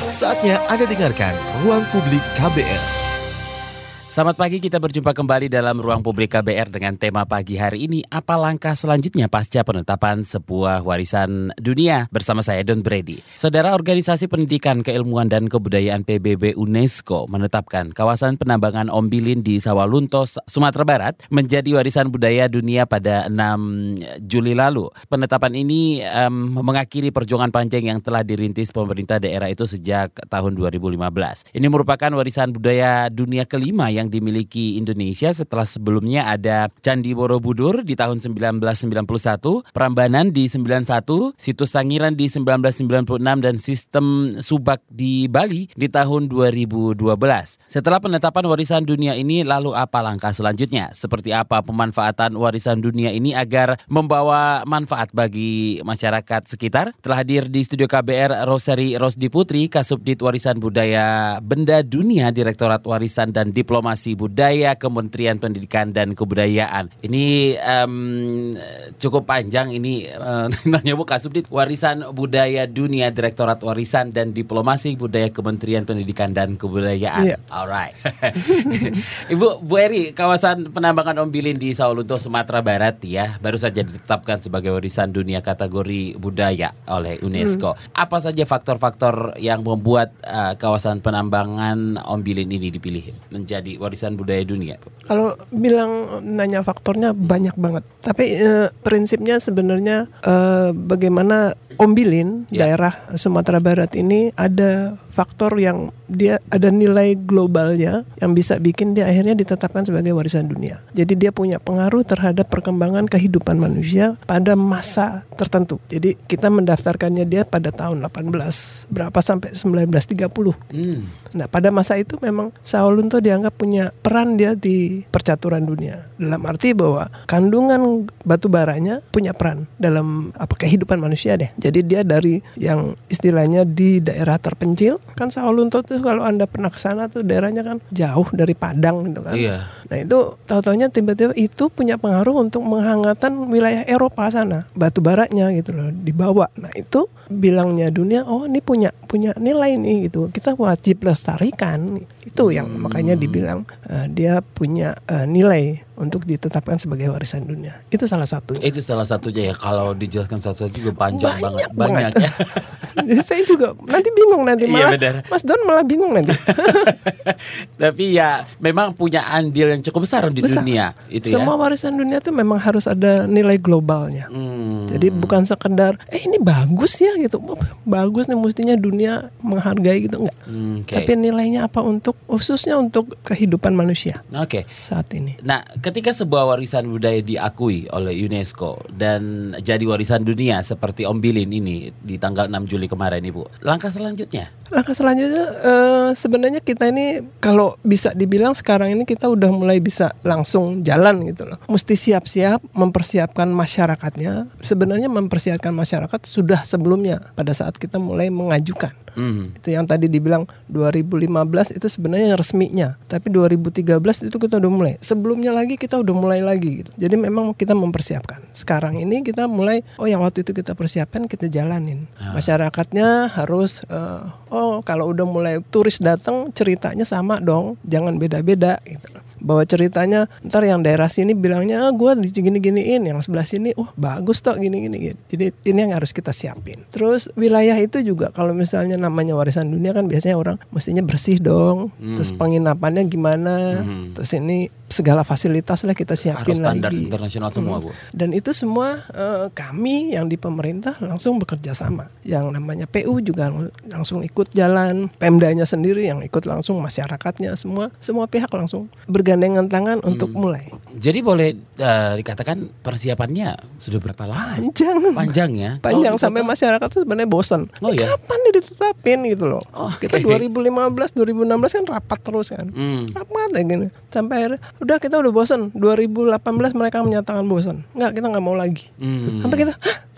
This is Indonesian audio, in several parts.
Saatnya Anda dengarkan Ruang Publik KBR. Selamat pagi, kita berjumpa kembali dalam Ruang Publik KBR dengan tema pagi hari ini, apa langkah selanjutnya pasca penetapan sebuah warisan dunia, bersama saya Don Brady. Saudara, Organisasi Pendidikan, Keilmuan dan Kebudayaan PBB UNESCO menetapkan kawasan penambangan Ombilin di Sawalunto, Sumatera Barat menjadi warisan budaya dunia pada 6 Juli lalu. Penetapan ini mengakhiri perjuangan panjang yang telah dirintis pemerintah daerah itu sejak tahun 2015. Ini merupakan warisan budaya dunia kelima yang dimiliki Indonesia setelah sebelumnya ada Candi Borobudur di tahun 1991, Prambanan di 91, Situs Sangiran di 1996 dan Sistem Subak di Bali di tahun 2012. Setelah penetapan warisan dunia ini, lalu apa langkah selanjutnya? Seperti apa pemanfaatan warisan dunia ini agar membawa manfaat bagi masyarakat sekitar? Telah hadir di studio KBR Rosari Rosdi Putri, Kasubdit Warisan Budaya Benda Dunia, Direktorat Warisan dan Diplomasi Budaya Kementerian Pendidikan dan Kebudayaan. Ini cukup panjang ini nanya Bu Kasubdit Warisan Budaya Dunia, Direktorat Warisan dan Diplomasi Budaya Kementerian Pendidikan dan Kebudayaan. Yeah. Alright. Ibu Bu Eri, kawasan penambangan Ombilin di Sawalunto, Sumatera Barat ya, baru saja ditetapkan sebagai warisan dunia kategori budaya oleh UNESCO. Apa saja faktor-faktor yang membuat kawasan penambangan Ombilin ini dipilih menjadi warisan budaya dunia? Kalau bilang nanya faktornya banyak banget. Tapi prinsipnya sebenarnya bagaimana Ombilin, daerah Sumatera Barat ini ada faktor yang dia ada nilai globalnya yang bisa bikin dia akhirnya ditetapkan sebagai warisan dunia. Jadi dia punya pengaruh terhadap perkembangan kehidupan manusia pada masa tertentu. Jadi kita mendaftarkannya dia pada tahun 18 berapa sampai 1930. Nah, pada masa itu memang Sawalunto dianggap punya peran dia di percaturan dunia. Dalam arti bahwa kandungan batu baranya punya peran dalam kehidupan manusia deh. Jadi dia dari yang istilahnya di daerah terpencil, kan Sawalunto tuh kalau Anda pernah ke sana tuh daerahnya kan jauh dari Padang gitu kan. Iya. Nah itu tahu-taunya tiba-tiba itu punya pengaruh untuk menghangatkan wilayah Eropa sana, batu baranya gitu loh dibawa. Nah itu bilangnya dunia, oh ini punya nilai nih gitu, kita wajib lestarikan. Itu yang makanya dibilang dia punya nilai untuk ditetapkan sebagai warisan dunia. Itu salah satunya. Itu salah satunya ya. Kalau dijelaskan satu-satu juga panjang banget ya. Jadi saya juga nanti bingung nanti malah Mas Don malah bingung nanti. Tapi ya memang punya andil yang cukup besar di dunia itu. Semua warisan dunia itu memang harus ada nilai globalnya. Jadi bukan sekedar ini bagus ya gitu. Bagus nih, mestinya dunia menghargai gitu, enggak. Tapi nilainya apa untuk khususnya untuk kehidupan manusia. Saat ini. Nah, ketika sebuah warisan budaya diakui oleh UNESCO dan jadi warisan dunia seperti Ombilin ini di tanggal 6 Juli kemarin Ibu, langkah selanjutnya sebenarnya kita ini kalau bisa dibilang sekarang ini kita udah mulai bisa langsung jalan gitu loh. Mesti siap-siap mempersiapkan masyarakatnya. Sebenarnya mempersiapkan masyarakat sudah sebelumnya pada saat kita mulai mengajukan. Itu yang tadi dibilang 2015 itu sebenarnya yang resminya. Tapi 2013 itu kita udah mulai. Sebelumnya lagi kita udah mulai lagi gitu. Jadi memang kita mempersiapkan. Sekarang ini kita mulai, yang waktu itu kita persiapkan kita jalanin. Masyarakatnya harus kalau udah mulai turis datang ceritanya sama dong. Jangan beda-beda gitu loh. Bahwa ceritanya ntar yang daerah sini bilangnya gue gini-giniin, yang sebelah sini bagus toh gini-gini. Jadi ini yang harus kita siapin. Terus wilayah itu juga kalau misalnya namanya warisan dunia kan biasanya orang mestinya bersih dong. Terus penginapannya gimana. Terus ini segala fasilitas lah kita siapin lagi. Harus standar internasional semua Bu. Dan itu semua kami yang di pemerintah langsung bekerja sama. Yang namanya PU juga langsung ikut jalan. Pemdanya sendiri yang ikut langsung, masyarakatnya semua pihak langsung bergandengan tangan untuk mulai. Jadi boleh dikatakan persiapannya sudah berapa lama? Panjang ya. Panjang sampai masyarakat tuh sebenarnya bosan. Kapan nih ditetapin gitu loh. Kita 2015, 2016 kan rapat terus kan. Rapat ya gini. Sampai akhirnya udah kita udah bosan. 2018 mereka menyatakan bosan. Enggak, kita enggak mau lagi. Sampai kita, terus enggak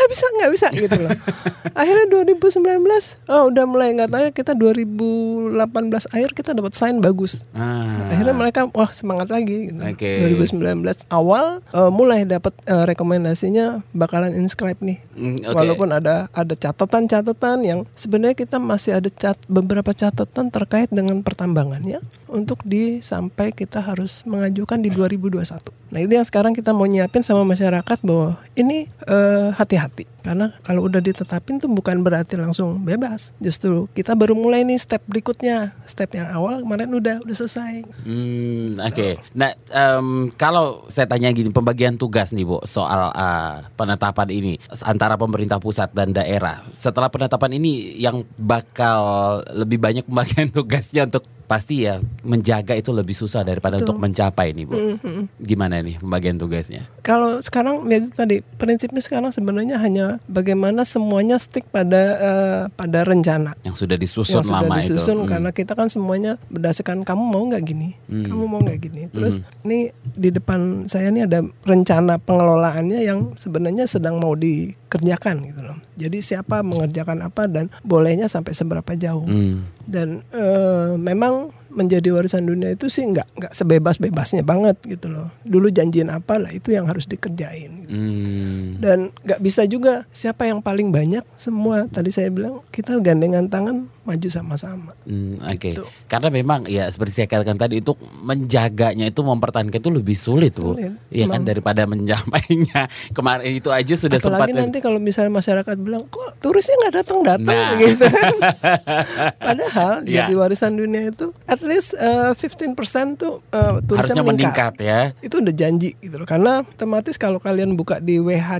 nggak bisa gitu loh. Akhirnya 2019 udah mulai nggak tahu ya, kita 2018 akhir kita dapat sign bagus. Akhirnya mereka wah semangat lagi gitu. 2019 awal mulai dapat rekomendasinya bakalan inscribe nih. Walaupun ada catatan-catatan yang sebenarnya kita masih ada beberapa catatan terkait dengan pertambangannya untuk sampai kita harus mengajukan di 2021. Nah itu yang sekarang kita mau nyiapin sama masyarakat bahwa ini hati-hati. Karena kalau udah ditetapin tuh bukan berarti langsung bebas. Justru kita baru mulai nih step berikutnya. Step yang awal kemarin udah selesai. Nah kalau saya tanya gini, pembagian tugas nih Bu soal penetapan ini antara pemerintah pusat dan daerah. Setelah penetapan ini yang bakal lebih banyak pembagian tugasnya untuk pasti ya menjaga itu lebih susah daripada untuk mencapai nih Bu. Gimana nih pembagian tugasnya? Kalau sekarang ya tadi prinsipnya sekarang sebenarnya hanya bagaimana semuanya stick pada rencana yang sudah disusun lama itu. Karena kita kan semuanya berdasarkan kamu mau nggak gini, kamu mau nggak gini. Terus ini di depan saya ini ada rencana pengelolaannya yang sebenarnya sedang mau dikerjakan gitu loh. Jadi siapa mengerjakan apa dan bolehnya sampai seberapa jauh. Dan memang menjadi warisan dunia itu sih nggak sebebas-bebasnya banget gitu loh. Dulu janjiin apa lah itu yang harus dikerjain gitu. Dan nggak bisa juga siapa yang paling banyak, semua tadi saya bilang kita gandengan tangan maju sama-sama. Gitu. Karena memang ya seperti saya katakan tadi itu menjaganya itu mempertahankan itu lebih sulit Bu. Iya kan daripada mencampainya. Kemarin itu aja sudah sempat. Apalagi nanti kalau misalnya masyarakat bilang kok turisnya nggak datang gitu kan. Padahal jadi warisan dunia itu at least 15% tuh turisnya harusnya meningkat ya. Itu udah janji gitu loh. Karena otomatis kalau kalian buka di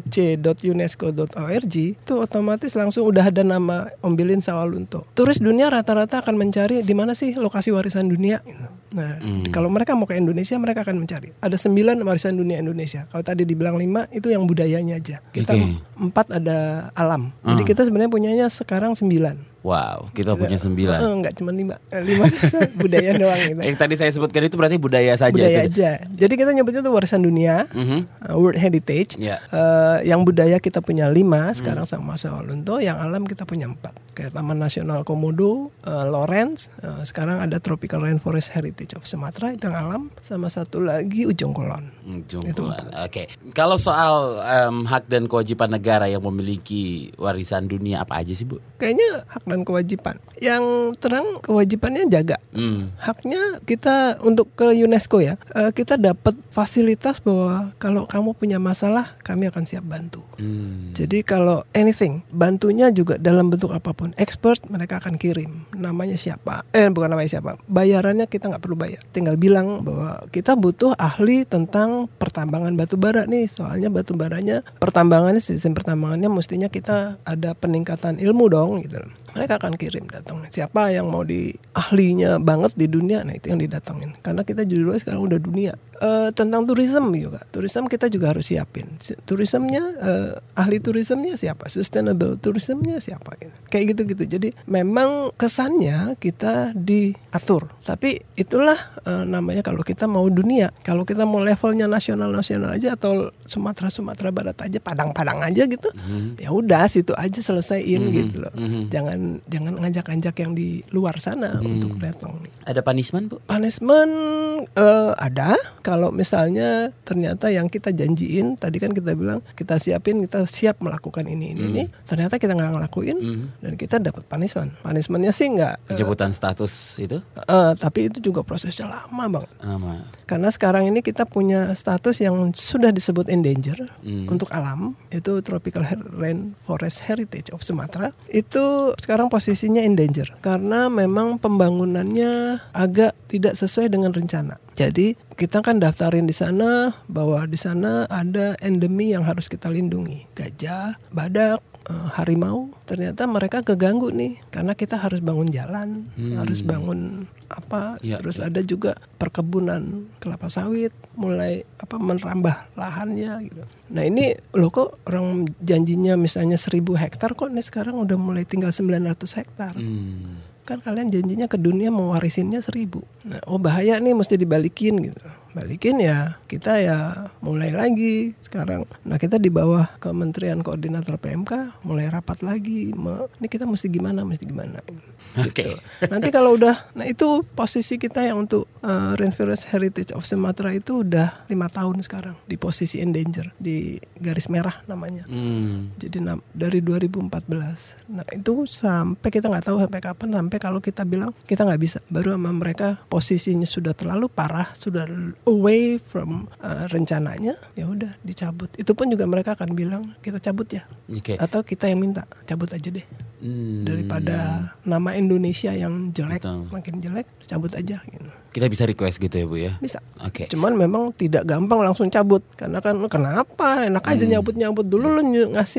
whc.unesco.org itu otomatis langsung udah ada nama Ombilin Sawalunto. Turis dunia rata-rata akan mencari di mana sih lokasi warisan dunia. Nah, kalau mereka mau ke Indonesia mereka akan mencari. Ada 9 warisan dunia Indonesia. Kalau tadi dibilang 5 itu yang budayanya aja. Kita 4 ada alam. Jadi kita sebenarnya punyanya sekarang 9. Wow, kita punya 9. Enggak cuma 5 budaya doang gitu. Yang tadi saya sebutkan itu berarti budaya saja. Budaya aja. Jadi kita nyebutnya itu warisan dunia, World Heritage. Yang budaya kita punya 5 sekarang sama Sawalunto. Yang alam kita punya 4. Kayak Taman Nasional Komodo, Lawrence. Sekarang ada Tropical Rainforest Heritage of Sumatera itu yang alam. Sama satu lagi Ujung Kulon. Oke. Kalau soal hak dan kewajiban negara yang memiliki warisan dunia apa aja sih Bu? Kayaknya hak dan kewajiban. Yang terang kewajibannya jaga. Haknya kita untuk ke UNESCO ya. Kita dapat fasilitas bahwa kalau kamu punya masalah kami akan siap bantu. Jadi kalau anything, bantunya juga dalam bentuk apapun. Expert mereka akan kirim. Namanya siapa? Bukan namanya siapa. Bayarannya kita nggak perlu bayar. Tinggal bilang bahwa kita butuh ahli tentang pertambangan batu bara nih. Soalnya batu baranya pertambangannya, sistem pertambangannya mestinya kita ada peningkatan ilmu dong gitu. Mereka akan kirim datang. Siapa yang mau di ahlinya banget di dunia, nah itu yang didatangin. Karena kita judulnya sekarang udah dunia. Tentang turisme juga. Turisme kita juga harus siapin. Turismenya ahli turismenya siapa? Sustainable turismenya siapa? Kayak gitu-gitu. Jadi memang kesannya kita diatur. Tapi itulah namanya kalau kita mau dunia. Kalau kita mau levelnya nasional aja atau Sumatera Barat aja, Padang aja gitu. Ya udah situ aja selesaiin gitu loh. Jangan ngajak-ngajak yang di luar sana untuk datang. Ada punishment Bu? Punishment ada. Kalau misalnya ternyata yang kita janjiin tadi kan kita bilang kita siapin, kita siap melakukan ini, ternyata kita nggak ngelakuin dan kita dapat punishment. Punishmentnya sih nggak penjemputan status itu? Tapi itu juga prosesnya lama banget. Karena sekarang ini kita punya status yang sudah disebut endanger untuk alam, itu Tropical Rainforest Heritage of Sumatera. Itu sekarang posisinya endanger karena memang pembangunannya agak tidak sesuai dengan rencana. Jadi kita kan daftarin di sana bahwa di sana ada endemi yang harus kita lindungi, gajah, badak, harimau. Ternyata mereka keganggu nih karena kita harus bangun jalan, harus bangun terus ada juga perkebunan kelapa sawit, mulai menambah lahannya gitu. Nah ini loh kok orang janjinya misalnya 1.000 hektar kok nih sekarang udah mulai tinggal 900 hektar. Kan kalian janjinya ke dunia mau warisinnya 1.000. Nah, bahaya nih mesti dibalikin gitu. balikin ya kita ya mulai lagi sekarang. Nah kita di bawah Kementerian Koordinator PMK mulai rapat lagi. Ini kita mesti gimana. Gitu. Nanti kalau udah, nah itu posisi kita yang untuk Rainforest Heritage of Sumatra itu udah 5 tahun sekarang di posisi endanger di garis merah namanya. Jadi dari 2014. Nah itu sampai kita nggak tahu sampai kapan, sampai kalau kita bilang kita nggak bisa, baru sama mereka posisinya sudah terlalu parah, sudah away from rencananya, ya udah dicabut. Itu pun juga mereka akan bilang kita cabut ya, atau kita yang minta cabut aja deh. Daripada nama Indonesia yang jelek, makin jelek, cabut aja gitu. Kita bisa request gitu ya Bu ya? Bisa. Cuman memang tidak gampang langsung cabut. Karena kan kenapa? Enak aja nyabut-nyabut dulu, lu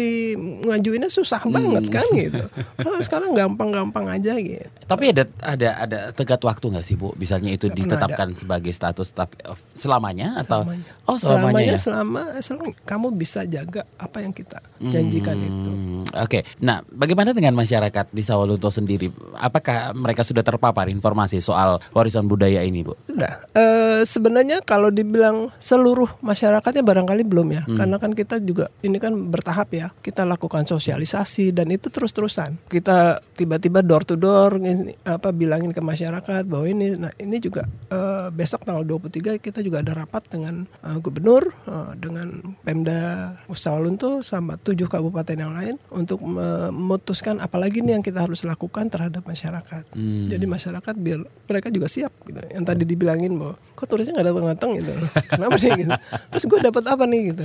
ngajuinnya susah banget kan gitu. Kalau sekarang gampang-gampang aja gitu. Tapi ada tenggat waktu nggak sih Bu? Misalnya itu ditetapkan sebagai status tapi selamanya atau? Selamanya. Selama kamu bisa jaga apa yang kita janjikan itu. Nah, bagaimana dengan masyarakat di Sawalunto sendiri? Apakah mereka sudah terpapar informasi soal warisan budaya ini, Bu? Sudah. Sebenarnya kalau dibilang seluruh masyarakatnya barangkali belum ya. Karena kan kita juga ini kan bertahap ya. Kita lakukan sosialisasi dan itu terus-terusan. Kita tiba-tiba door to door bilangin ke masyarakat bahwa ini. Nah, ini juga besok tanggal 23 kita juga ada rapat dengan gubernur, dengan Pemda Sawalunto sama 7 kabupaten yang lain untuk memutuskan apalagi nih yang kita harus lakukan terhadap masyarakat. Jadi masyarakat biar mereka juga siap gitu. Yang tadi dibilangin bahwa kok turisnya nggak datang-datang gitu. Kenapa sih gitu? Terus gue dapat apa nih gitu?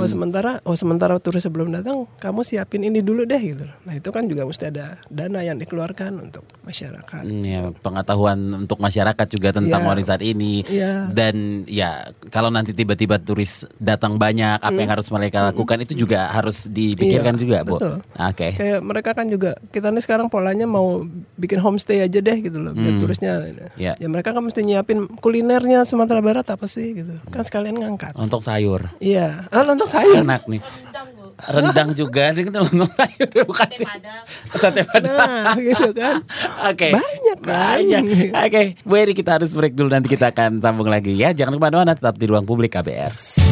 Sementara turis belum datang, kamu siapin ini dulu deh gitu. Nah itu kan juga mesti ada dana yang dikeluarkan untuk masyarakat. Ya, pengetahuan untuk masyarakat juga tentang warisan ini. Dan ya kalau nanti tiba-tiba turis datang banyak, apa yang harus mereka lakukan itu juga harus dipikirkan juga, Bu. Betul. Kayak mereka kan juga, kita nih sekarang polanya mau bikin homestay aja deh gitu loh, biar turisnya. Ya mereka kan mesti nyiapin kulinernya Sumatera Barat apa sih gitu. Kan sekalian ngangkat. Untuk sayur. Iya, untuk sayur. Enak nih. Rendang juga, kita ngomong sayur bukan sih. Sate Padang. Nah, gitu kan. Banyak. Bu Eri, kita harus break dulu, nanti kita akan sambung lagi ya. Jangan kemana-mana, tetap di Ruang Publik KBR.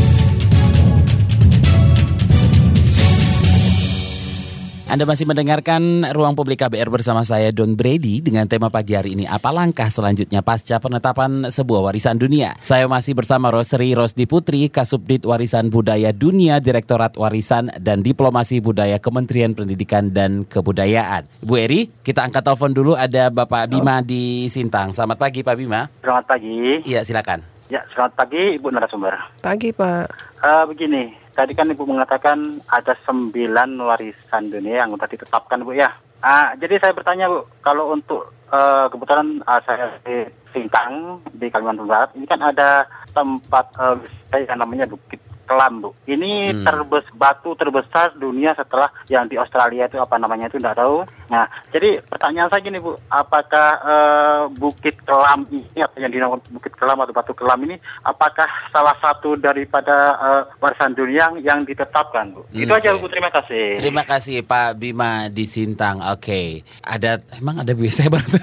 Anda masih mendengarkan Ruang Publik KBR bersama saya Don Brady dengan tema pagi hari ini, apa langkah selanjutnya pasca penetapan sebuah warisan dunia. Saya masih bersama Rosri Rosdi Putri, Kasubdit Warisan Budaya Dunia, Direktorat Warisan dan Diplomasi Budaya Kementerian Pendidikan dan Kebudayaan. Bu Eri, kita angkat telepon dulu, ada Bapak Bima di Sintang. Selamat pagi Pak Bima. Selamat pagi. Iya, silakan. Ya, selamat pagi Ibu narasumber. Pagi Pak. Begini. Tadi kan Ibu mengatakan ada 9 warisan dunia yang sudah ditetapkan Bu ya. Jadi saya bertanya Bu, kalau untuk kebetulan saya di Sintang di Kalimantan Barat, ini kan ada tempat yang namanya Bukit Kelam Bu. Ini batu terbesar dunia setelah yang di Australia itu apa namanya itu tidak tahu. Nah, jadi pertanyaan saya gini Bu, apakah Bukit Kelam ini atau yang dinamakan Bukit Kelam atau Batu Kelam ini apakah salah satu daripada warisan dunia yang ditetapkan Bu? Itu aja Bu, terima kasih. Terima kasih Pak Bima di Sintang. Emang ada Bu, saya baru.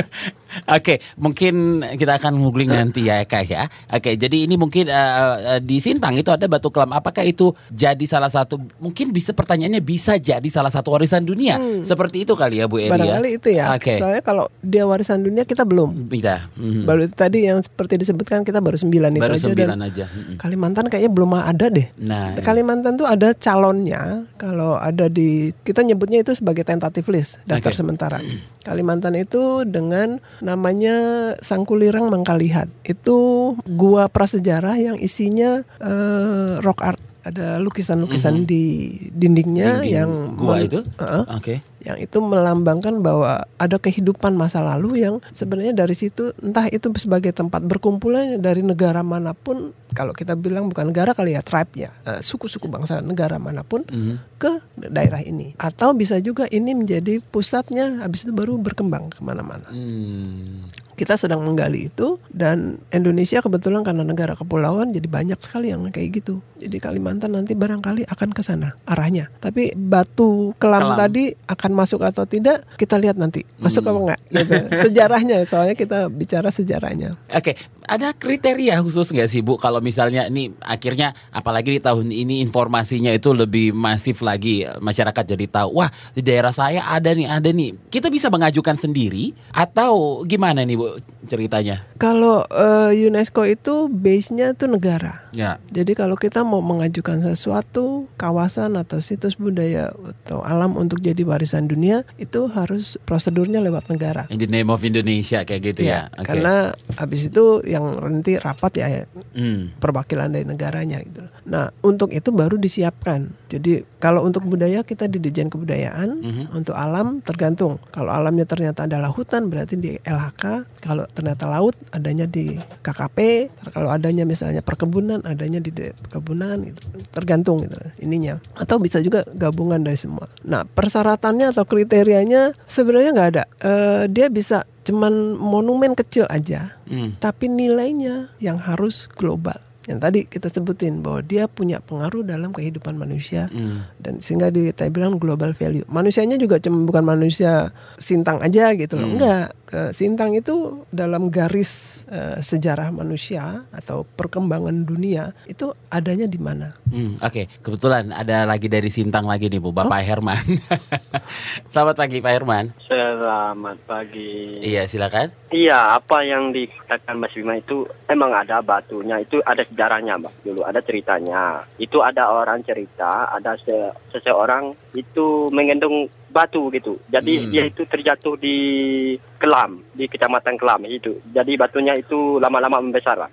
Mungkin kita akan googling nanti ya Kak ya. Jadi ini mungkin di Sintang itu ada Batu Kelam. Apakah itu jadi salah satu, mungkin bisa pertanyaannya bisa jadi salah satu warisan dunia? Seperti itu kali ya Bu Eri. Barangkali itu ya. Soalnya kalau dia warisan dunia kita belum. Baru tadi yang seperti disebutkan kita baru 9 itu baru aja. 9 aja. Kalimantan kayaknya belum ada deh. Nah, Kalimantan tuh ada calonnya. Kalau ada di, kita nyebutnya itu sebagai tentative list, daftar sementara. Kalimantan itu dengan namanya Sangkulirang Mangkalihat. Itu gua prasejarah yang isinya rock art. Ada lukisan-lukisan di dindingnya yang gua itu. Yang itu melambangkan bahwa ada kehidupan masa lalu yang sebenarnya dari situ, entah itu sebagai tempat berkumpulnya dari negara manapun, kalau kita bilang bukan negara kali ya, tribe ya, suku-suku bangsa negara manapun ke daerah ini. Atau bisa juga ini menjadi pusatnya, habis itu baru berkembang kemana-mana. kita sedang menggali itu, dan Indonesia kebetulan karena negara kepulauan jadi banyak sekali yang kayak gitu. Jadi Kalimantan nanti barangkali akan ke sana arahnya. Tapi batu kelam tadi akan masuk atau tidak kita lihat nanti. Masuk apa enggak gitu. Sejarahnya, soalnya kita bicara sejarahnya. Oke, ada kriteria khusus nggak sih Bu kalau misalnya ini akhirnya apalagi di tahun ini informasinya itu lebih masif lagi, masyarakat jadi tahu, wah di daerah saya ada nih. Kita bisa mengajukan sendiri atau gimana nih Bu ceritanya? Kalau UNESCO itu base-nya itu negara. Ya. Jadi kalau kita mau mengajukan sesuatu kawasan atau situs budaya atau alam untuk jadi warisan dunia, itu harus prosedurnya lewat negara. In the name of Indonesia kayak gitu ya. Okay. Karena habis itu yang nanti rapat ya perwakilan dari negaranya gitu. Nah, untuk itu baru disiapkan. Jadi kalau untuk budaya kita di Ditjen Kebudayaan, untuk alam tergantung. Kalau alamnya ternyata adalah hutan berarti di LHK, kalau ternyata laut adanya di KKP, kalau adanya misalnya perkebunan adanya di perkebunan gitu. Tergantung gitu ininya. Atau bisa juga gabungan dari semua. Nah, persyaratannya atau kriterianya sebenarnya nggak ada. Dia bisa cuman monumen kecil aja, tapi nilainya yang harus global. Yang tadi kita sebutin bahwa dia punya pengaruh dalam kehidupan manusia, dan sehingga kita bilang global value. Manusianya juga cuma bukan manusia Sintang aja gitu loh, enggak. Sintang itu dalam garis sejarah manusia atau perkembangan dunia itu adanya di mana? Oke. Kebetulan ada lagi dari Sintang lagi nih Bu, Bapak Herman. Selamat pagi Pak Herman. Selamat pagi. Iya silakan. Iya, apa yang dikatakan Mas Bima itu emang ada batunya, itu ada sejarahnya Mbak. Dulu ada ceritanya. Itu ada orang cerita, ada seseorang itu menggendong batu gitu. Jadi dia itu terjatuh di Kelam, di Kecamatan Kelam itu. Jadi batunya itu lama-lama membesar lah.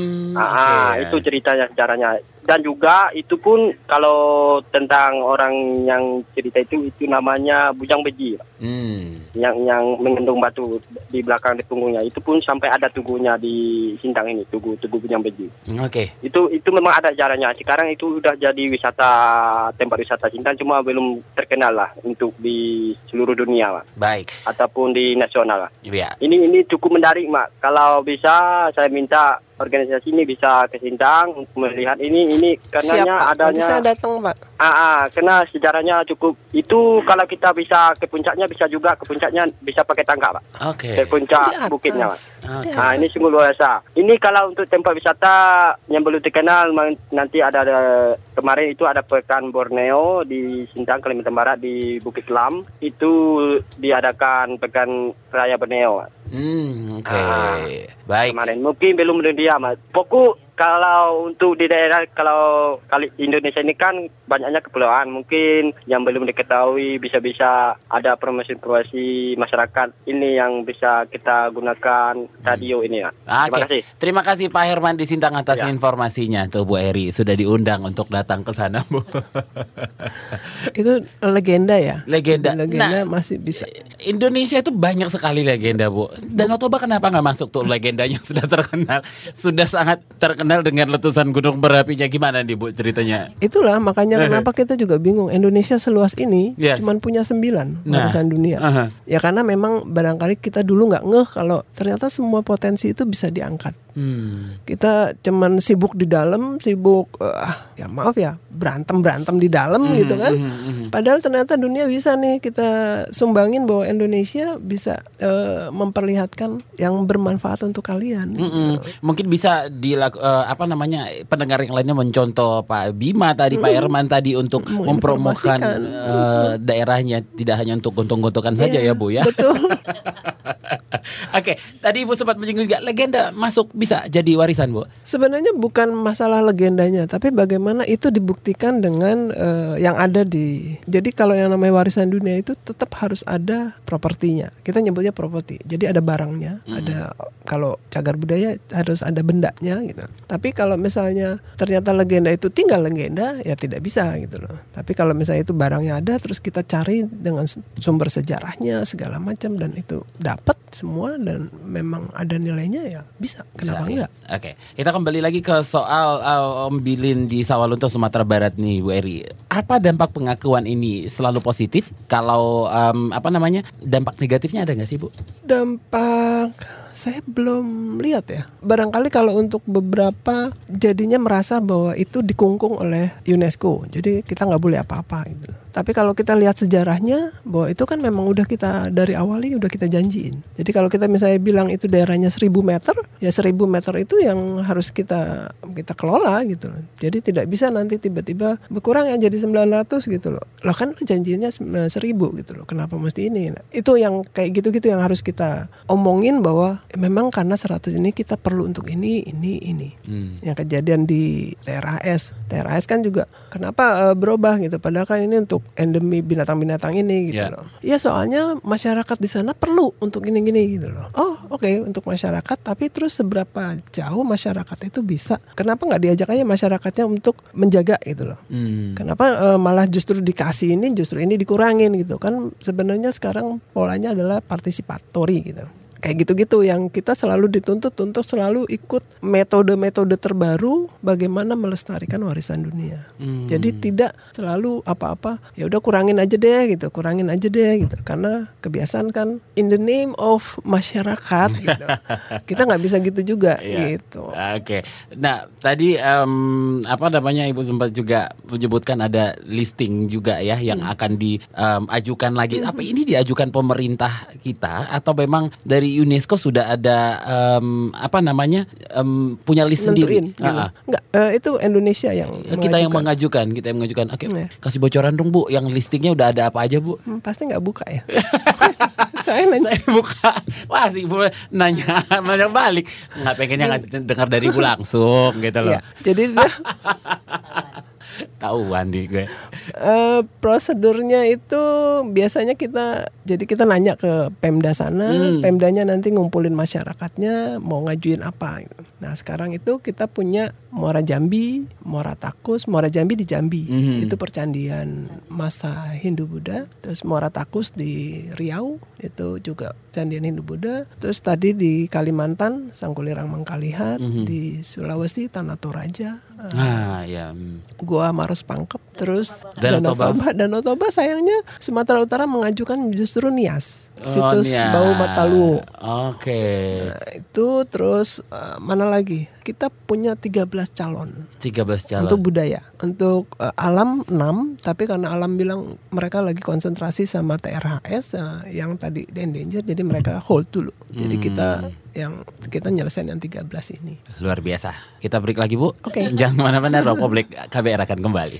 Itu ceritanya, sejarahnya. Dan juga itu pun kalau tentang orang yang cerita itu namanya Bujang Beji, yang menggendong batu di belakang di punggungnya. Itu pun sampai ada tugunya di Sintang ini, tugu Bujang Beji. Itu memang ada sejarahnya. Sekarang itu udah jadi tempat wisata Sintang, cuma belum terkenal lah untuk di seluruh dunia lah. Baik. Ataupun di nasional lah. Iya. Ini cukup menarik Mak. Kalau bisa saya minta organisasi ini bisa ke Sintang untuk melihat ini karenanya adanya. Bisa datang Pak. Karena sejarahnya cukup. Itu kalau kita bisa ke puncaknya, bisa juga ke puncaknya bisa pakai tangga Pak. Oke. Ke puncak bukitnya Pak. Okay. Ini sungguh luar biasa. Ini kalau untuk tempat wisata yang belum terkenal, nanti ada kemarin itu ada Pekan Borneo di Sintang, Kalimantan Barat di Bukit Kelam. Itu diadakan Pekan Raya Borneo. Baik. Kemarin mungkin belum dia Mas. Pokok kalau untuk di daerah kalau Indonesia ini kan banyaknya kepulauan, mungkin yang belum diketahui bisa ada promosi masyarakat ini yang bisa kita gunakan radio ini ya. Terima kasih. Terima kasih Pak Herman di Sintang atas informasinya. Tuh Bu Eri sudah diundang untuk datang ke sana Bu. Itu legenda ya. Legenda masih bisa. Indonesia itu banyak sekali legenda Bu. Danau Toba kenapa nggak masuk tuh legendanya sudah terkenal, sudah sangat terkenal dengan letusan gunung berapinya, gimana nih Bu ceritanya? Itulah makanya kenapa kita juga bingung Indonesia seluas ini cuman punya 9 warisan dunia. Ya karena memang barangkali kita dulu nggak ngeh kalau ternyata semua potensi itu bisa diangkat. Kita cuman sibuk di dalam, ya maaf ya berantem di dalam gitu kan. Padahal ternyata dunia bisa nih kita sumbangin bahwa Indonesia bisa memperlihatkan yang bermanfaat untuk kalian. Mungkin bisa pendengar yang lainnya mencontoh Pak Bima tadi, Pak Herman tadi untuk mempromokan daerahnya, tidak hanya untuk gontok-gontokan saja ya Bu ya. Betul. Oke, tadi Ibu sempat menyinggung juga legenda masuk bisa jadi warisan Bu. Sebenarnya bukan masalah legendanya, tapi bagaimana itu dibuktikan dengan yang ada di. Jadi kalau yang namanya warisan dunia itu tetap harus ada propertinya. Kita nyebutnya properti. Jadi ada barangnya, ada kalau cagar budaya harus ada bendanya gitu. Tapi kalau misalnya ternyata legenda itu tinggal legenda, ya tidak bisa gitu loh. Tapi kalau misalnya itu barangnya ada, terus kita cari dengan sumber sejarahnya segala macam dan itu dapat semua dan memang ada nilainya, ya bisa. Kenapa enggak? Oke, kita kembali lagi ke soal Om Bilin di Sawalunto, Sumatera Barat nih Bu Eri. Apa dampak pengakuan ini selalu positif? Kalau dampak negatifnya ada nggak sih Bu? Dampak Saya belum lihat ya. Barangkali kalau untuk beberapa jadinya merasa bahwa itu dikungkung oleh UNESCO. Jadi kita nggak boleh apa-apa gitu. Tapi kalau kita lihat sejarahnya, bahwa itu kan memang udah kita dari awal ini udah kita janjiin. Jadi kalau kita misalnya bilang itu daerahnya 1.000 meter, ya 1.000 meter itu yang harus kita kelola gitu loh. Jadi tidak bisa nanti tiba-tiba berkurang ya jadi 900 gitu loh. Lah kan janjinya 1.000 gitu loh. Kenapa mesti ini? Nah, itu yang kayak gitu-gitu yang harus kita omongin bahwa memang karena 100 ini kita perlu untuk ini. Yang kejadian di TRHS kan juga kenapa berubah gitu. Padahal kan ini untuk endemi binatang-binatang ini gitu loh. Iya soalnya masyarakat di sana perlu untuk ini gitu loh. Oh oke, untuk masyarakat, tapi terus seberapa jauh masyarakat itu bisa? Kenapa nggak diajak aja masyarakatnya untuk menjaga gitu loh? Kenapa malah justru dikasih ini, justru ini dikurangin gitu kan? Sebenarnya sekarang polanya adalah partisipatori gitu. Kayak gitu-gitu yang kita selalu dituntut untuk selalu ikut metode-metode terbaru bagaimana melestarikan warisan dunia. Jadi tidak selalu apa-apa ya udah kurangin aja deh gitu. Karena kebiasaan kan in the name of masyarakat gitu. Kita nggak bisa gitu juga gitu. Oke. Nah, tadi Ibu sempat juga menyebutkan ada listing juga ya yang akan diajukan lagi. Apa ini diajukan pemerintah kita atau memang dari UNESCO sudah ada punya list sendiri? Enggak, itu Indonesia yang kita yang mengajukan. Oke, kasih bocoran dong Bu, yang listingnya udah ada apa aja Bu? Pasti nggak buka ya. Saya buka. Wah sih Bu nanya balik. Nggak pengennya dengar dari Ibu langsung gitu loh. Ya, jadi tahuan di gue. Prosedurnya itu biasanya kita nanya ke Pemda sana, Pemdanya nanti ngumpulin masyarakatnya mau ngajuin apa gitu. Nah sekarang itu kita punya Muara Jambi, Muara Takus, Muara Jambi di Jambi, itu percandian masa Hindu-Buddha. Terus Muara Takus di Riau, itu juga percandian Hindu-Buddha. Terus tadi di Kalimantan, Sangkulirang Mangkalihat, di Sulawesi Tanah Toraja, Gua Maros Pangkep, terus Danau Toba sayangnya Sumatera Utara mengajukan justru Nias, situs Bau Mataluo. Oke. Nah, itu terus mana lagi? Kita punya 13 calon untuk budaya. Untuk alam 6, tapi karena alam bilang mereka lagi konsentrasi sama TRHS yang tadi endanger, jadi mereka hold dulu. Jadi kita nyelesain yang 13 ini. Luar biasa. Kita break lagi Bu. Oke. Jangan kemana-mana, Ruang Publik KBR akan kembali.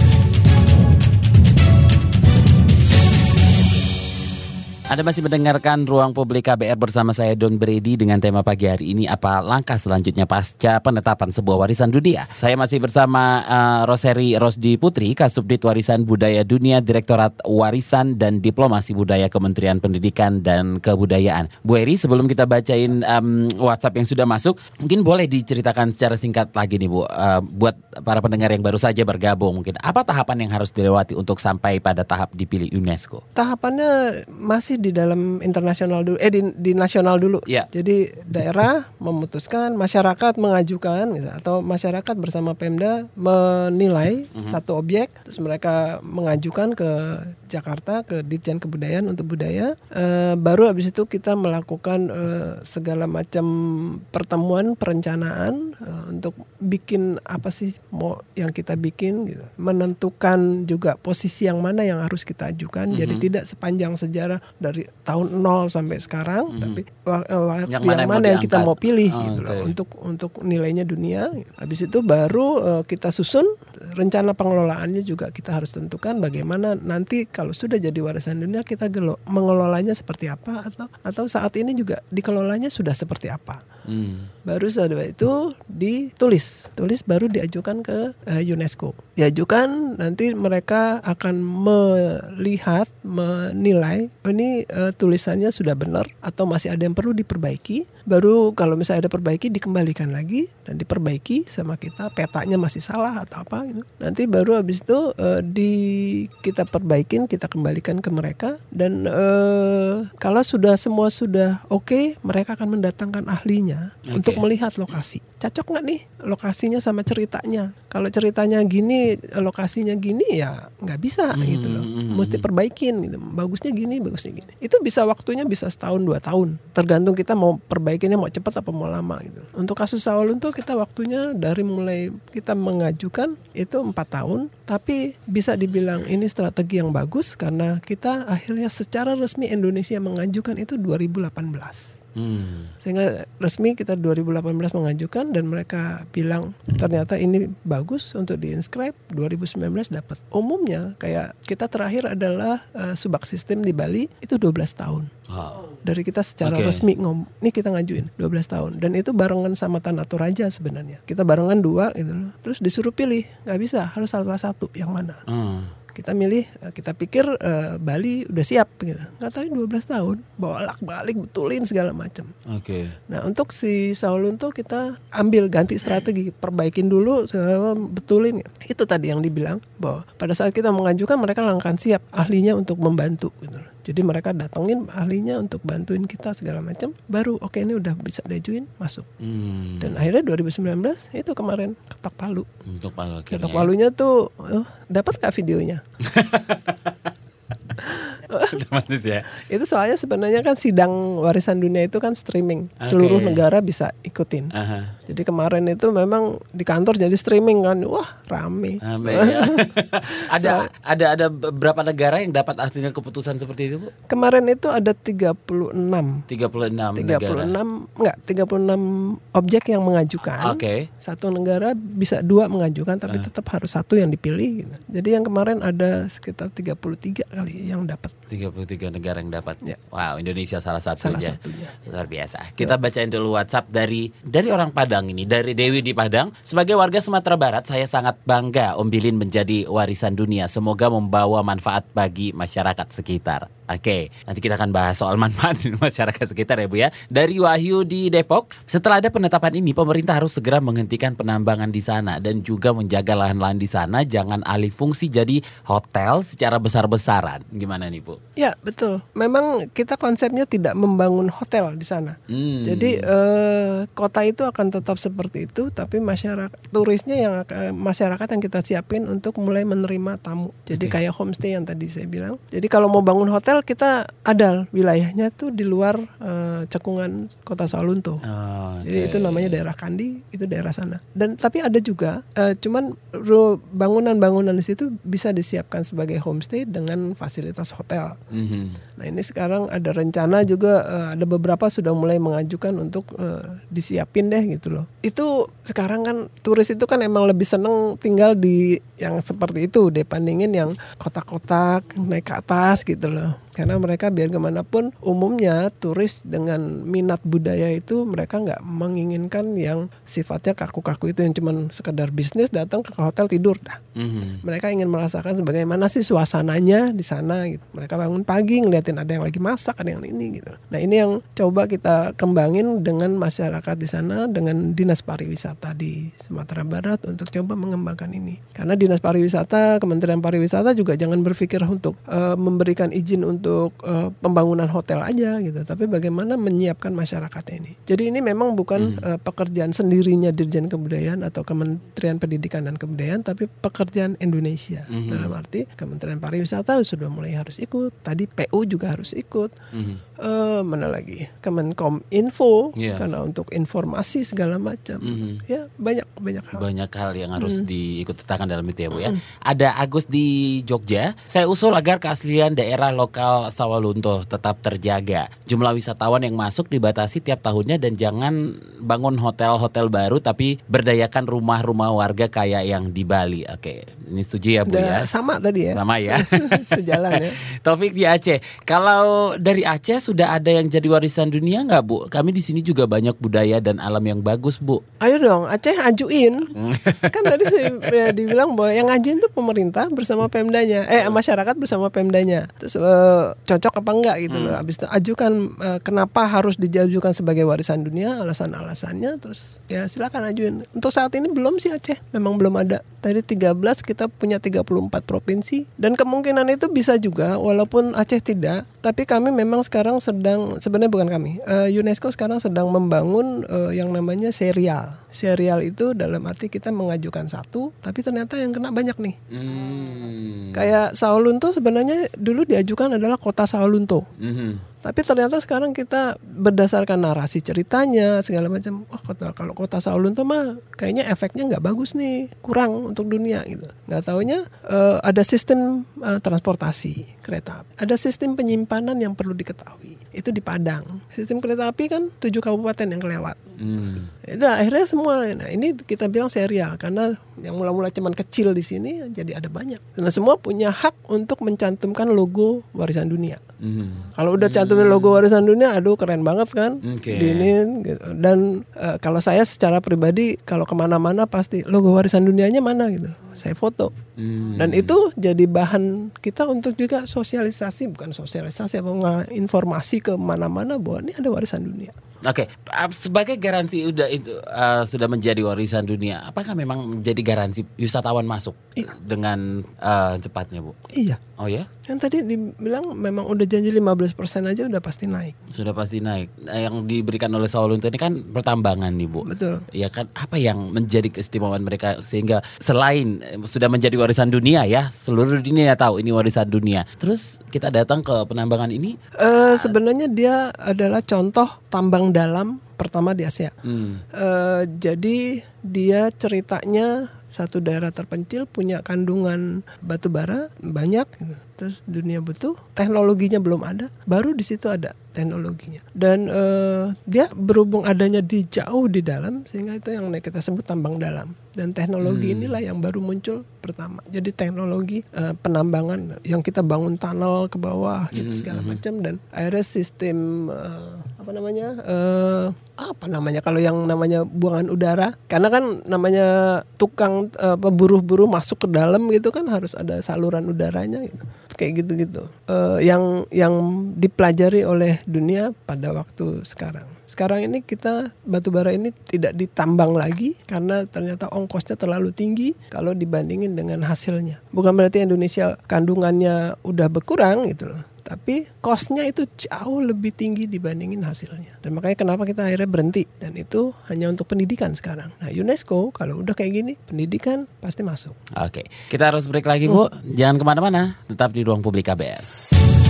Anda masih mendengarkan Ruang Publik KBR bersama saya Don Brady dengan tema pagi hari ini, apa langkah selanjutnya pasca penetapan sebuah warisan dunia. Saya masih bersama Roseri Rosdi Putri, Kasubdit Warisan Budaya Dunia, Direktorat Warisan dan Diplomasi Budaya Kementerian Pendidikan dan Kebudayaan. Bu Eri, sebelum kita bacain WhatsApp yang sudah masuk, mungkin boleh diceritakan secara singkat lagi nih Bu, buat para pendengar yang baru saja bergabung, mungkin apa tahapan yang harus dilewati untuk sampai pada tahap dipilih UNESCO? Tahapannya masih di dalam internasional dulu, di nasional dulu. Yeah. Jadi daerah memutuskan, masyarakat mengajukan, gitu, atau masyarakat bersama Pemda menilai satu objek, terus mereka mengajukan ke Jakarta, ke Ditjen Kebudayaan untuk budaya. Baru habis itu kita melakukan segala macam pertemuan perencanaan untuk bikin apa sih mau yang kita bikin, gitu. Menentukan juga posisi yang mana yang harus kita ajukan. Jadi tidak sepanjang sejarah dari tahun 0 sampai sekarang, tapi yang mana yang kita mau pilih gitu loh, untuk nilainya dunia. Habis itu baru kita susun rencana pengelolaannya, juga kita harus tentukan bagaimana nanti kalau sudah jadi warisan dunia kita mengelolanya seperti apa, atau saat ini juga dikelolanya sudah seperti apa. Baru setelah itu ditulis baru diajukan ke UNESCO. Diajukan, nanti mereka akan melihat, menilai ini tulisannya sudah benar atau masih ada yang perlu diperbaiki. Baru kalau misalnya ada perbaiki dikembalikan lagi dan diperbaiki sama kita, petanya masih salah atau apa gitu. Nanti baru habis itu kita perbaikin, kita kembalikan ke mereka, dan kalau semua sudah oke, mereka akan mendatangkan ahlinya untuk melihat lokasi. cocok nggak nih lokasinya sama ceritanya. Kalau ceritanya gini, lokasinya gini ya nggak bisa gitu loh. Mesti perbaikin gitu. Bagusnya gini. Itu bisa waktunya bisa setahun 2 tahun. Tergantung kita mau perbaikinnya mau cepat apa mau lama gitu. Untuk kasus Sawalunto kita waktunya dari mulai kita mengajukan itu 4 tahun. Tapi bisa dibilang ini strategi yang bagus karena kita akhirnya secara resmi Indonesia mengajukan itu 2018. Sehingga resmi kita 2018 mengajukan dan mereka bilang ternyata ini bagus untuk di-inscribe. 2019 dapat. Umumnya kayak kita terakhir adalah subak sistem di Bali itu 12 tahun. Dari kita secara resmi ini kita ngajuin 12 tahun dan itu barengan sama Tanah Toraja sebenarnya. Kita barengan 2 gitu loh. Terus disuruh pilih, nggak bisa, harus salah satu yang mana. Kita milih, kita pikir Bali udah siap gitu. Nggak tahu 12 tahun, bolak-balik betulin segala macam. Nah untuk si Sawalunto kita ambil ganti strategi, perbaikin dulu, betulin. Itu tadi yang dibilang bahwa pada saat kita mengajukan mereka langsung siap ahlinya untuk membantu gitu. Jadi mereka datengin ahlinya untuk bantuin kita segala macam. Baru oke, ini udah bisa diajuin, masuk. Dan akhirnya 2019 itu kemarin ketok palu. Ketok palunya tuh dapat gak videonya? Ya. Itu soalnya sebenarnya kan sidang warisan dunia itu kan streaming, seluruh negara bisa ikutin. Jadi kemarin itu memang di kantor jadi streaming kan, wah rame. Ada berapa negara yang dapat hasilnya keputusan seperti itu, Bu? Kemarin itu ada 36 objek yang mengajukan. Satu negara bisa 2 mengajukan, tapi tetap harus 1 yang dipilih gitu. Jadi yang kemarin ada sekitar 33 kali yang dapat. 33 negara yang dapat. Ya. Wow, Indonesia salah satunya. Luar biasa. Kita bacain dulu WhatsApp dari orang Padang ini, dari Dewi di Padang. Sebagai warga Sumatera Barat, saya sangat bangga Om Bilin menjadi warisan dunia. Semoga membawa manfaat bagi masyarakat sekitar. Oke, nanti kita akan bahas soal manfaat di masyarakat sekitar ya Bu ya. Dari Wahyu di Depok, setelah ada penetapan ini, pemerintah harus segera menghentikan penambangan di sana dan juga menjaga lahan-lahan di sana jangan alih fungsi jadi hotel secara besar-besaran. Gimana nih Bu? Ya betul. Memang kita konsepnya tidak membangun hotel di sana. Jadi kota itu akan tetap seperti itu, tapi masyarakat turisnya masyarakat yang kita siapin untuk mulai menerima tamu. Jadi kayak homestay yang tadi saya bilang. Jadi kalau mau bangun hotel kita ada wilayahnya tuh di luar cekungan Kota Sawalunto. Jadi itu namanya daerah Kandi, itu daerah sana. Dan tapi ada juga cuman bangunan-bangunan di situ bisa disiapkan sebagai homestay dengan fasilitas hotel. Nah ini sekarang ada rencana juga ada beberapa sudah mulai mengajukan untuk disiapin deh gitu loh. Itu sekarang kan turis itu kan emang lebih seneng tinggal di yang seperti itu deh bandingin yang kotak-kotak naik ke atas gitu loh. Karena mereka biar gimana pun umumnya turis dengan minat budaya itu mereka nggak menginginkan yang sifatnya kaku-kaku itu yang cuman sekedar bisnis datang ke hotel tidur dah. Mereka ingin merasakan sebagaimana sih suasananya di sana gitu. Mereka bangun pagi ngeliatin ada yang lagi masak, ada yang ini gitu. Nah ini yang coba kita kembangin dengan masyarakat di sana, dengan Dinas Pariwisata di Sumatera Barat untuk coba mengembangkan ini. Karena Dinas Pariwisata, Kementerian Pariwisata juga jangan berpikir untuk memberikan izin untuk pembangunan hotel aja gitu, tapi bagaimana menyiapkan masyarakatnya ini. Jadi ini memang bukan pekerjaan sendirinya Dirjen Kebudayaan atau Kementerian Pendidikan dan Kebudayaan, tapi pekerjaan Indonesia. Dalam arti Kementerian Pariwisata sudah mulai harus ikut, tadi PU juga harus ikut. Mana lagi? Kemenkom Info karena untuk informasi segala macam. Ya banyak hal. Banyak hal yang harus diikut sertakan dalam itu ya Bu ya. Ada Agus di Jogja. Saya usul agar keaslian daerah lokal Sawalunto tetap terjaga. Jumlah wisatawan yang masuk dibatasi tiap tahunnya dan jangan bangun hotel-hotel baru tapi berdayakan rumah-rumah warga kayak yang di Bali. Oke, ini setuju ya Bu ya? Sama tadi ya. Sama ya. Sejalan ya. Taufik di Aceh. Kalau dari Aceh sudah ada yang jadi warisan dunia nggak Bu? Kami di sini juga banyak budaya dan alam yang bagus Bu. Ayo dong Aceh ajuin. Kan tadi saya dibilang bahwa yang ngajuin tuh pemerintah bersama Pemdanya. Masyarakat bersama Pemdanya. Terus cocok apa enggak gitu loh. Habis itu ajukan kenapa harus diajukan sebagai warisan dunia, alasan-alasannya, terus ya silakan ajuin. Untuk saat ini belum sih Aceh, memang belum ada. Tadi 13 kita kita punya 34 provinsi dan kemungkinan itu bisa juga walaupun Aceh tidak, tapi kami memang sekarang sebenarnya bukan kami, UNESCO sekarang sedang membangun yang namanya serial. Serial itu dalam arti kita mengajukan satu, tapi ternyata yang kena banyak nih. Kayak Sao Lunto sebenarnya dulu diajukan adalah kota Sao Lunto. Tapi ternyata sekarang kita berdasarkan narasi ceritanya segala macam, kalau kota Sao Lunto mah kayaknya efeknya nggak bagus nih, kurang untuk dunia gitu. Nggak taunya ada sistem transportasi kereta, ada sistem penyimpanan yang perlu diketahui. Itu di Padang, sistem kereta api kan 7 kabupaten yang kelewat. Itu akhirnya semua. Nah ini kita bilang serial karena yang mula-mula cuman kecil di sini jadi ada banyak. Nah semua punya hak untuk mencantumkan logo warisan dunia. Kalau udah cantumin logo warisan dunia, aduh keren banget kan. Diinin, gitu. Dan kalau saya secara pribadi kalau kemana-mana pasti logo warisan dunianya mana gitu, saya foto. Dan itu jadi bahan kita untuk juga sosialisasi, bukan sosialisasi, informasi ke mana-mana bahwa ini ada warisan dunia. Oke, sebagai garansi sudah menjadi warisan dunia, apakah memang menjadi garansi wisatawan masuk dengan cepatnya, Bu? Iya. Oh ya? Yang tadi dibilang memang udah janji 15% aja udah pasti naik. Sudah pasti naik. Nah, yang diberikan oleh Sao Lunto ini kan pertambangan nih, Bu. Betul. Ya kan, apa yang menjadi keistimewaan mereka sehingga selain sudah menjadi warisan dunia ya, seluruh dunia tahu ini warisan dunia. Terus kita datang ke penambangan ini? Sebenarnya dia adalah contoh tambang dalam pertama di Asia. Jadi dia ceritanya satu daerah terpencil punya kandungan batu bara banyak gitu. Terus dunia butuh, teknologinya belum ada, baru di situ ada teknologinya. Dan dia berhubung adanya jauh di dalam, sehingga itu yang kita sebut tambang dalam. Dan teknologi inilah yang baru muncul pertama. Jadi teknologi penambangan yang kita bangun tunnel ke bawah gitu segala macam, dan akhirnya sistem apa namanya kalau yang namanya buangan udara, karena kan namanya tukang buruh-buruh masuk ke dalam gitu kan harus ada saluran udaranya gitu. Kayak gitu-gitu yang dipelajari oleh dunia pada waktu sekarang. Sekarang ini kita batubara ini tidak ditambang lagi karena ternyata ongkosnya terlalu tinggi kalau dibandingin dengan hasilnya. Bukan berarti Indonesia kandungannya udah berkurang gitu loh, tapi cost-nya itu jauh lebih tinggi dibandingin hasilnya. Dan makanya kenapa kita akhirnya berhenti, dan itu hanya untuk pendidikan sekarang. Nah UNESCO kalau udah kayak gini, pendidikan pasti masuk. Oke, kita harus break lagi, Bu. Jangan kemana-mana, tetap di Ruang Publik KBR.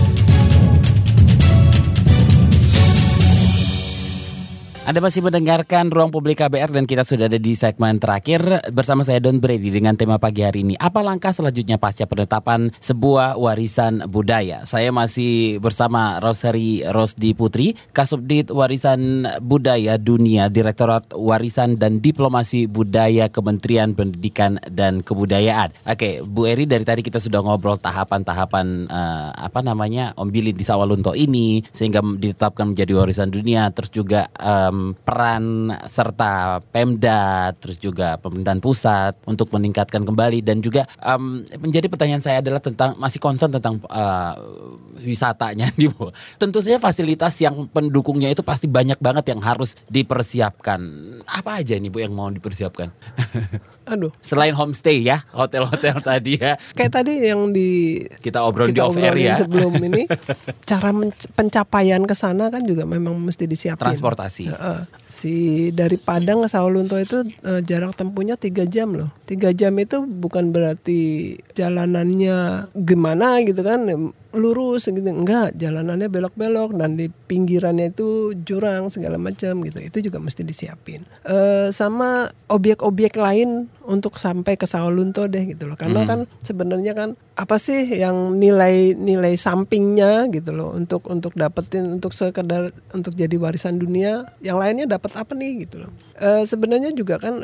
Anda masih mendengarkan Ruang Publik KBR dan kita sudah ada di segmen terakhir bersama saya Don Brady dengan tema pagi hari ini. Apa langkah selanjutnya pasca penetapan sebuah warisan budaya? Saya masih bersama Rosari Rosdi Putri, Kasubdit Warisan Budaya Dunia, Direktorat Warisan dan Diplomasi Budaya Kementerian Pendidikan dan Kebudayaan. Oke, Bu Eri, dari tadi kita sudah ngobrol tahapan-tahapan Ombilin di Sao Lunto ini sehingga ditetapkan menjadi warisan dunia, terus juga peran serta Pemda, terus juga pemerintahan pusat untuk meningkatkan kembali, dan juga menjadi pertanyaan saya adalah masih concern tentang wisatanya nih, Bu. Tentu saja fasilitas yang pendukungnya itu pasti banyak banget yang harus dipersiapkan. Apa aja nih, Bu, yang mau dipersiapkan? Aduh. Selain homestay ya, hotel-hotel tadi ya. Kayak tadi yang kita obrolin di off-air ya. Sebelum ini, cara pencapaian ke sana kan juga memang mesti disiapin. Transportasi. Dari Padang ke Sao Lunto itu jarak tempuhnya 3 jam loh. 3 jam itu bukan berarti jalanannya gimana gitu kan, lurus gitu, enggak, jalanannya belok-belok dan di pinggirannya itu jurang segala macam gitu. Itu juga mesti disiapin. Sama objek-objek lain untuk sampai ke Sao Lunto deh gitu loh. Karena kan sebenarnya kan apa sih yang nilai sampingnya gitu loh untuk dapetin, untuk sekedar untuk jadi warisan dunia, yang lainnya dapat apa nih gitu loh. Sebenarnya juga kan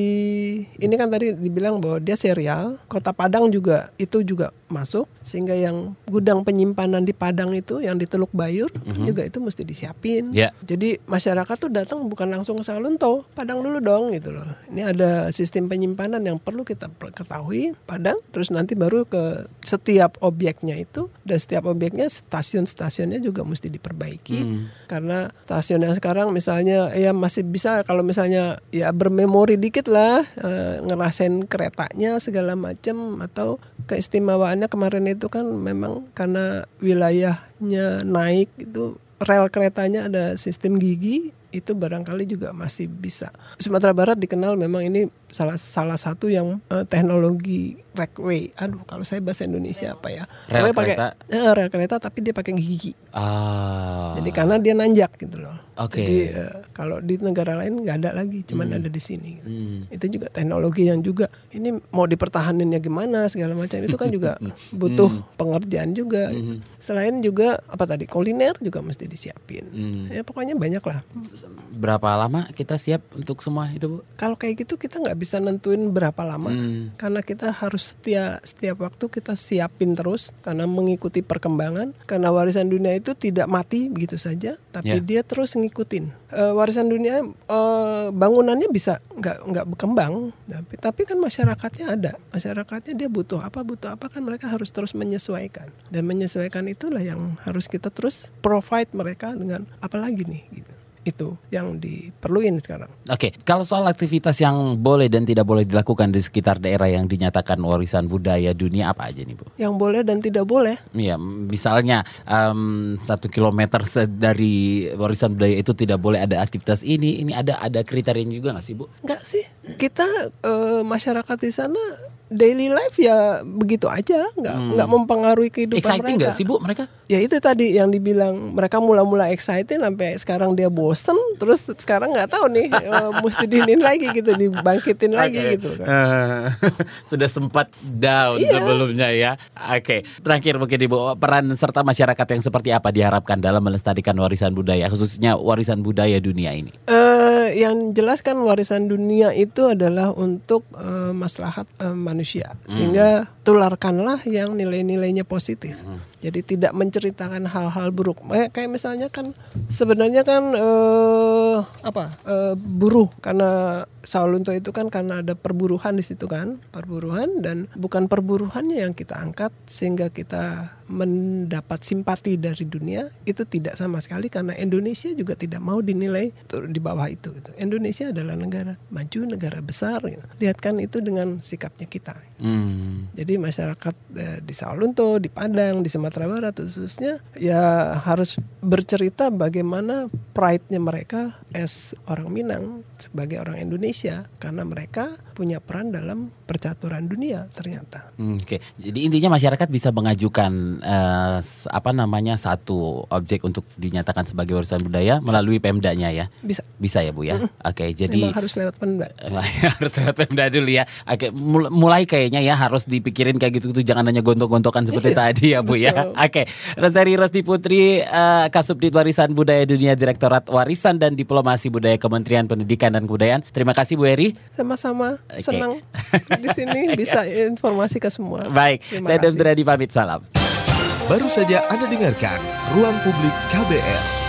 ini kan tadi dibilang bahwa dia serial, Kota Padang juga itu juga masuk, sehingga yang gudang penyimpanan di Padang itu yang di Teluk Bayur juga itu mesti disiapin. Ya. Jadi masyarakat tuh datang bukan langsung ke Sawalunto, Padang dulu dong gitu loh. Ini ada sistem penyimpanan yang perlu kita ketahui, Padang, terus nanti baru ke setiap objeknya itu, dan setiap objeknya stasiun-stasiunnya juga mesti diperbaiki. Karena stasiun yang sekarang misalnya ya masih bisa kalau misalnya ya bermemori dikit lah, ngerasain keretanya segala macam, atau keistimewaannya kemarin itu kan memang karena wilayahnya naik itu, rel keretanya ada sistem gigi, itu barangkali juga masih bisa. Sumatera Barat dikenal memang ini salah satu yang teknologi rackway. Aduh, kalau saya bahasa Indonesia apa ya? Rel kereta. Rel kereta tapi dia pakai gigi. Jadi karena dia nanjak gitu loh. Jadi kalau di negara lain nggak ada lagi, cuman ada di sini. Gitu. Itu juga teknologi yang juga ini mau dipertahaninnya gimana segala macam itu kan juga butuh pengerjaan juga. Selain juga apa tadi kuliner juga mesti disiapin. Ya pokoknya banyak lah. Berapa lama kita siap untuk semua itu, Bu? Kalau kayak gitu kita nggak bisa nentuin berapa lama, karena kita harus setiap waktu kita siapin terus karena mengikuti perkembangan. Karena warisan dunia itu tidak mati begitu saja, tapi dia terus ngikutin. Warisan dunia bangunannya bisa nggak berkembang, tapi kan masyarakatnya ada, masyarakatnya dia butuh apa kan mereka harus terus menyesuaikan, dan menyesuaikan itulah yang harus kita terus provide mereka dengan apa lagi nih gitu. Itu yang diperluin sekarang. Oke, kalau soal aktivitas yang boleh dan tidak boleh dilakukan di sekitar daerah yang dinyatakan warisan budaya dunia apa aja nih, Bu? Yang boleh dan tidak boleh? Iya, misalnya 1 kilometer dari warisan budaya itu tidak boleh ada aktivitas ini ada kriterianya juga nggak sih, Bu? Nggak sih, kita masyarakat di sana daily life ya begitu aja, nggak mempengaruhi kehidupan exciting mereka. Exciting nggak sih, Bu, mereka? Ya itu tadi yang dibilang mereka mula-mula excited sampai sekarang dia bosen, terus sekarang nggak tahu nih mesti diinin lagi gitu, dibangkitin lagi gitu kan. Sudah sempat down sebelumnya ya. Oke, terakhir mungkin Ibu, peran serta masyarakat yang seperti apa diharapkan dalam melestarikan warisan budaya, khususnya warisan budaya dunia ini? Yang jelas kan warisan dunia itu adalah untuk maslahat manusia, sehingga tularkanlah yang nilai-nilainya positif. Jadi tidak menceritakan hal-hal buruk. Kayak misalnya kan sebenarnya kan buruh, karena Sawalunto itu kan karena ada perburuhan di situ kan, perburuhan, dan bukan perburuhannya yang kita angkat sehingga kita mendapat simpati dari dunia, itu tidak sama sekali, karena Indonesia juga tidak mau dinilai di bawah itu gitu. Indonesia adalah negara maju, negara besar gitu. Lihatkan itu dengan sikapnya kita. Jadi masyarakat di Sawalunto, di Padang, di Sumatera Barat khususnya ya harus bercerita bagaimana pride-nya mereka as orang Minang sebagai orang Indonesia, karena mereka punya peran dalam percaturan dunia ternyata. Oke. Jadi intinya masyarakat bisa mengajukan satu objek untuk dinyatakan sebagai warisan budaya melalui Pemdanya ya. Bisa ya, Bu ya. Oke, jadi memang harus lewat Pemda. Harus lewat Pemda dulu ya. Oke, mulai kayaknya ya harus dipikirin kayak gitu, jangan hanya gontok-gontokan seperti tadi ya, Bu ya. Oke. Rosari Rosdi Putri, Kasubdit Warisan Budaya Dunia, Direktorat Warisan dan Diplomasi Budaya Kementerian Pendidikan dan Kebudayaan. Terima kasih, Bu Eri. Sama-sama. Senang di sini bisa informasi ke semua. Baik, saya Don Brady pamit, salam. Baru saja Anda dengarkan Ruang Publik KBR.